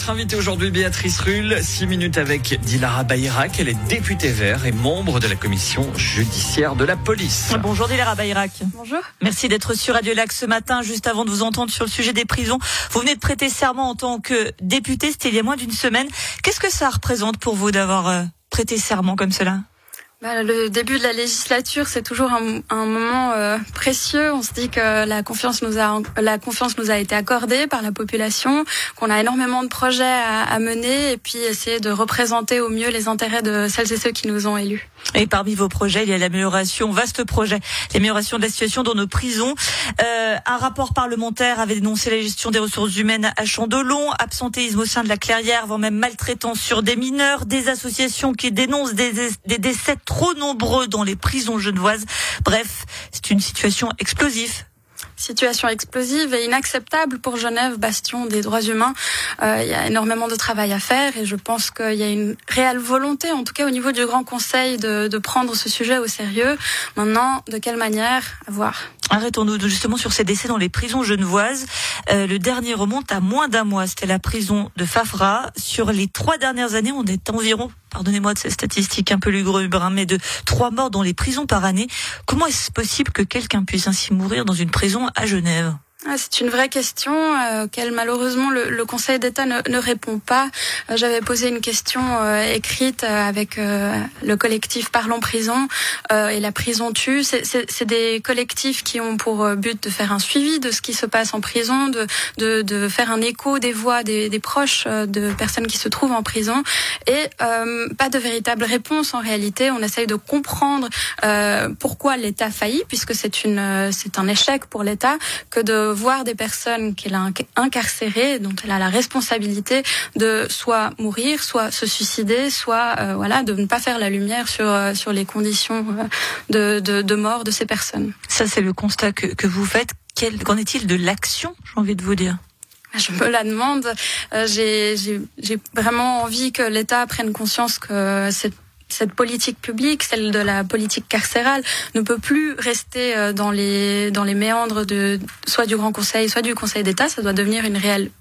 Notre invitée aujourd'hui, Béatrice Rulle, 6 minutes avec Dilara Bayrak. Elle est députée Vert et membre de la commission judiciaire de la police. Bonjour Dilara Bayrak. Bonjour. Merci d'être sur Radio Lac ce matin. Juste avant de vous entendre sur le sujet des prisons, vous venez de prêter serment en tant que députée, c'était il y a moins d'une semaine. Qu'est-ce que ça représente pour vous d'avoir prêté serment comme cela ? Le début de la législature, c'est toujours un moment précieux. On se dit que la confiance nous a été accordée par la population, qu'on a énormément de projets à mener et puis essayer de représenter au mieux les intérêts de celles et ceux qui nous ont élus. Et parmi vos projets, il y a l'amélioration, vaste projet, l'amélioration de la situation dans nos prisons. Un rapport parlementaire avait dénoncé la gestion des ressources humaines à Chandelon, absentéisme au sein de la Clairière, voire même maltraitance sur des mineurs, des associations qui dénoncent des décès trop nombreux dans les prisons genevoises. Bref, c'est une situation explosive. Situation explosive et inacceptable pour Genève, bastion des droits humains. Il y a énormément de travail à faire et je pense qu'il y a une réelle volonté, en tout cas au niveau du Grand Conseil, de prendre ce sujet au sérieux. Maintenant, de quelle manière ? À voir. Arrêtons-nous justement sur ces décès dans les prisons genevoises. Le dernier remonte à moins d'un mois. C'était la prison de Fafra. Sur les 3 dernières années, on est environ, pardonnez-moi de ces statistiques un peu lugubres, mais de 3 morts dans les prisons par année. Comment est-ce possible que quelqu'un puisse ainsi mourir dans une prison à Genève ? C'est une vraie question auquel malheureusement le Conseil d'État ne répond pas. J'avais posé une question écrite avec le collectif Parlons Prison et la Prison Tue. C'est des collectifs qui ont pour but de faire un suivi de ce qui se passe en prison, de faire un écho des voix des proches de personnes qui se trouvent en prison et pas de véritable réponse en réalité. On essaye de comprendre pourquoi l'État faillit, puisque c'est un échec pour l'État que de voir des personnes qu'elle a incarcérées, dont elle a la responsabilité de soit mourir, soit se suicider, soit de ne pas faire la lumière sur les conditions de mort de ces personnes. Ça, c'est le constat que vous faites. Qu'en est-il de l'action, j'ai envie de vous dire ? Je me la demande. J'ai vraiment envie que l'État prenne conscience que cette politique publique, celle de la politique carcérale, ne peut plus rester dans les méandres soit du Grand Conseil, soit du Conseil d'État. Ça doit devenir une réelle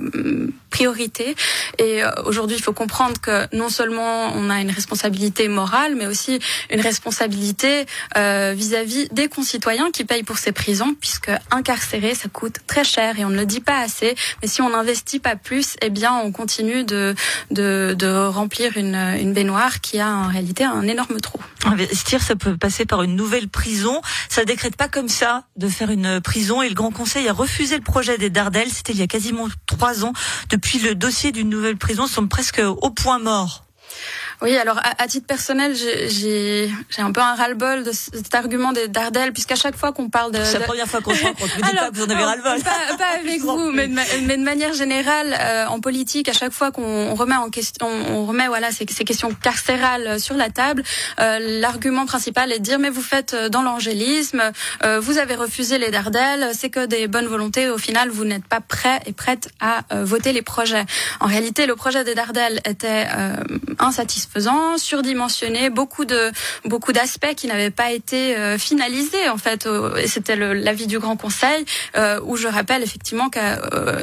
priorité. Et aujourd'hui, il faut comprendre que non seulement on a une responsabilité morale, mais aussi une responsabilité vis-à-vis des concitoyens qui payent pour ces prisons, puisque incarcérer, ça coûte très cher et on ne le dit pas assez. Mais si on n'investit pas plus, eh bien, on continue de remplir une baignoire qui a en réalité un énorme trou. Investir, ça peut passer par une nouvelle prison. Ça ne décrète pas comme ça de faire une prison et le Grand Conseil a refusé le projet des Dardanelles. C'était il y a quasiment 3 ans. Depuis, le dossier d'une nouvelle prison semble presque au point mort. Oui, alors à titre personnel, j'ai un peu un ras-le-bol de cet argument des Dardanelles, puisqu'à chaque fois qu'on parle de... C'est la première fois qu'on se rencontre, ne me dites pas que vous en avez ras-le-bol. Pas avec vous, mais de manière générale, en politique, à chaque fois qu'on remet en question, ces questions carcérales sur la table, l'argument principal est de dire mais vous faites dans l'angélisme, vous avez refusé les Dardanelles, c'est que des bonnes volontés, au final vous n'êtes pas prêts et prêtes à voter les projets. En réalité, le projet des Dardanelles était insatisfaisant, surdimensionné, beaucoup d'aspects qui n'avaient pas été finalisés en fait. Et c'était l'avis du Grand Conseil où je rappelle effectivement qu'à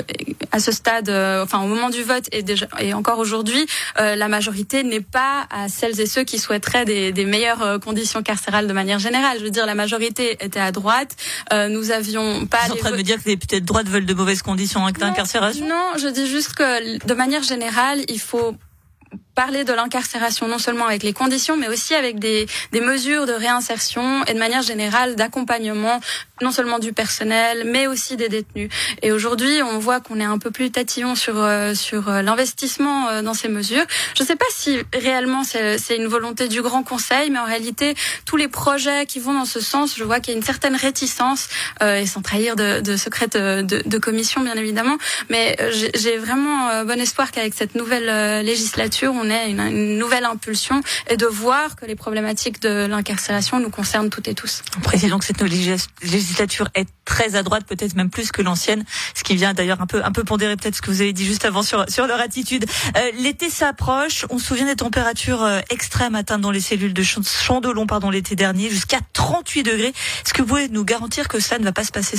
ce stade, au moment du vote et encore aujourd'hui, la majorité n'est pas à celles et ceux qui souhaiteraient des meilleures conditions carcérales de manière générale. Je veux dire, la majorité était à droite. Nous avions pas. Vous êtes en train de me dire que les peut-être droites veulent de mauvaises conditions d'incarcération ? Non, je dis juste que de manière générale, il faut parler de l'incarcération non seulement avec les conditions mais aussi avec des mesures de réinsertion et de manière générale d'accompagnement non seulement du personnel mais aussi des détenus. Et aujourd'hui, on voit qu'on est un peu plus tatillon sur l'investissement dans ces mesures. Je ne sais pas si réellement c'est une volonté du Grand Conseil, mais en réalité, tous les projets qui vont dans ce sens, je vois qu'il y a une certaine réticence et sans trahir de secret de commission bien évidemment, mais j'ai vraiment bon espoir qu'avec cette nouvelle législature, on ait une nouvelle impulsion et de voir que les problématiques de l'incarcération nous concernent toutes et tous. Précisons que cette nouvelle législature est très à droite, peut-être même plus que l'ancienne, ce qui vient d'ailleurs un peu pondérer peut-être ce que vous avez dit juste avant sur leur attitude. L'été s'approche, on se souvient des températures extrêmes atteintes dans les cellules de Chandelon l'été dernier, jusqu'à 38 degrés. Est-ce que vous pouvez nous garantir que ça ne va pas se passer cet été ?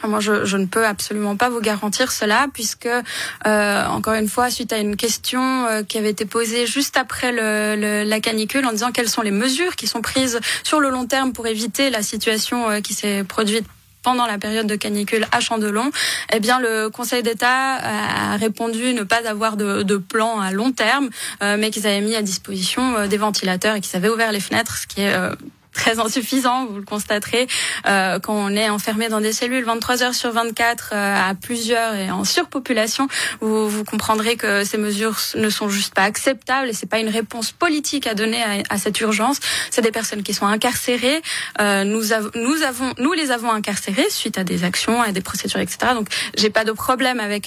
Moi, je ne peux absolument pas vous garantir cela, puisque, encore une fois, suite à une question qui avait été posée juste après la canicule, en disant quelles sont les mesures qui sont prises sur le long terme pour éviter la situation qui s'est produite pendant la période de canicule à Chandelon, eh bien le Conseil d'État a répondu ne pas avoir de plan à long terme, mais qu'ils avaient mis à disposition des ventilateurs et qu'ils avaient ouvert les fenêtres, ce qui est très insuffisant, vous le constaterez, quand on est enfermé dans des cellules 23 heures sur 24 à plusieurs et en surpopulation, vous comprendrez que ces mesures ne sont juste pas acceptables et c'est pas une réponse politique à donner à cette urgence. C'est des personnes qui sont incarcérées. Nous les avons incarcérées suite à des actions, à des procédures, etc. Donc j'ai pas de problème avec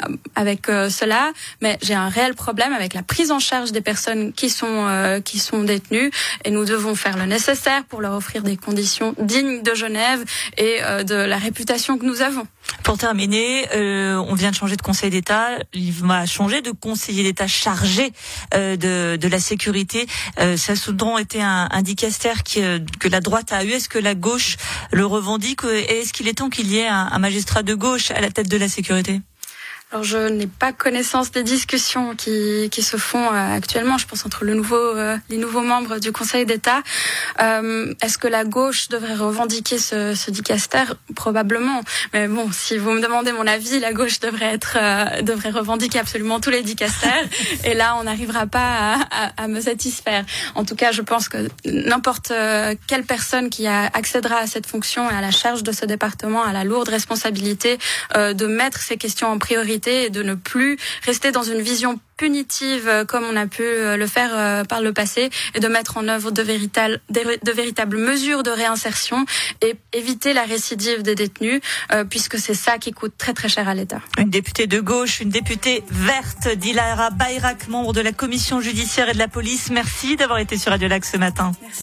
cela, mais j'ai un réel problème avec la prise en charge des personnes qui sont détenues et nous devons faire le nécessaire pour leur offrir des conditions dignes de Genève et de la réputation que nous avons. Pour terminer, on vient de changer de Conseil d'État. Il va changer de conseiller d'État chargé de la sécurité. Ça a souvent été un dicaster que la droite a eu. Est-ce que la gauche le revendique et est-ce qu'il est temps qu'il y ait un magistrat de gauche à la tête de la sécurité ? Alors je n'ai pas connaissance des discussions qui se font actuellement, je pense entre les nouveaux membres du Conseil d'État. Est-ce que la gauche devrait revendiquer ce dicaster ? Probablement. Mais bon, si vous me demandez mon avis, la gauche devrait revendiquer absolument tous les dicasters. Et là, on n'arrivera pas à me satisfaire. En tout cas, je pense que n'importe quelle personne qui accédera à cette fonction et à la charge de ce département a la lourde responsabilité de mettre ces questions en priorité et de ne plus rester dans une vision punitive comme on a pu le faire par le passé et de mettre en œuvre de véritables mesures de réinsertion et éviter la récidive des détenus puisque c'est ça qui coûte très très cher à l'État. Une députée de gauche, une députée verte, Dilara Bayrak, membre de la commission judiciaire et de la police. Merci d'avoir été sur Radio Lac ce matin. Merci.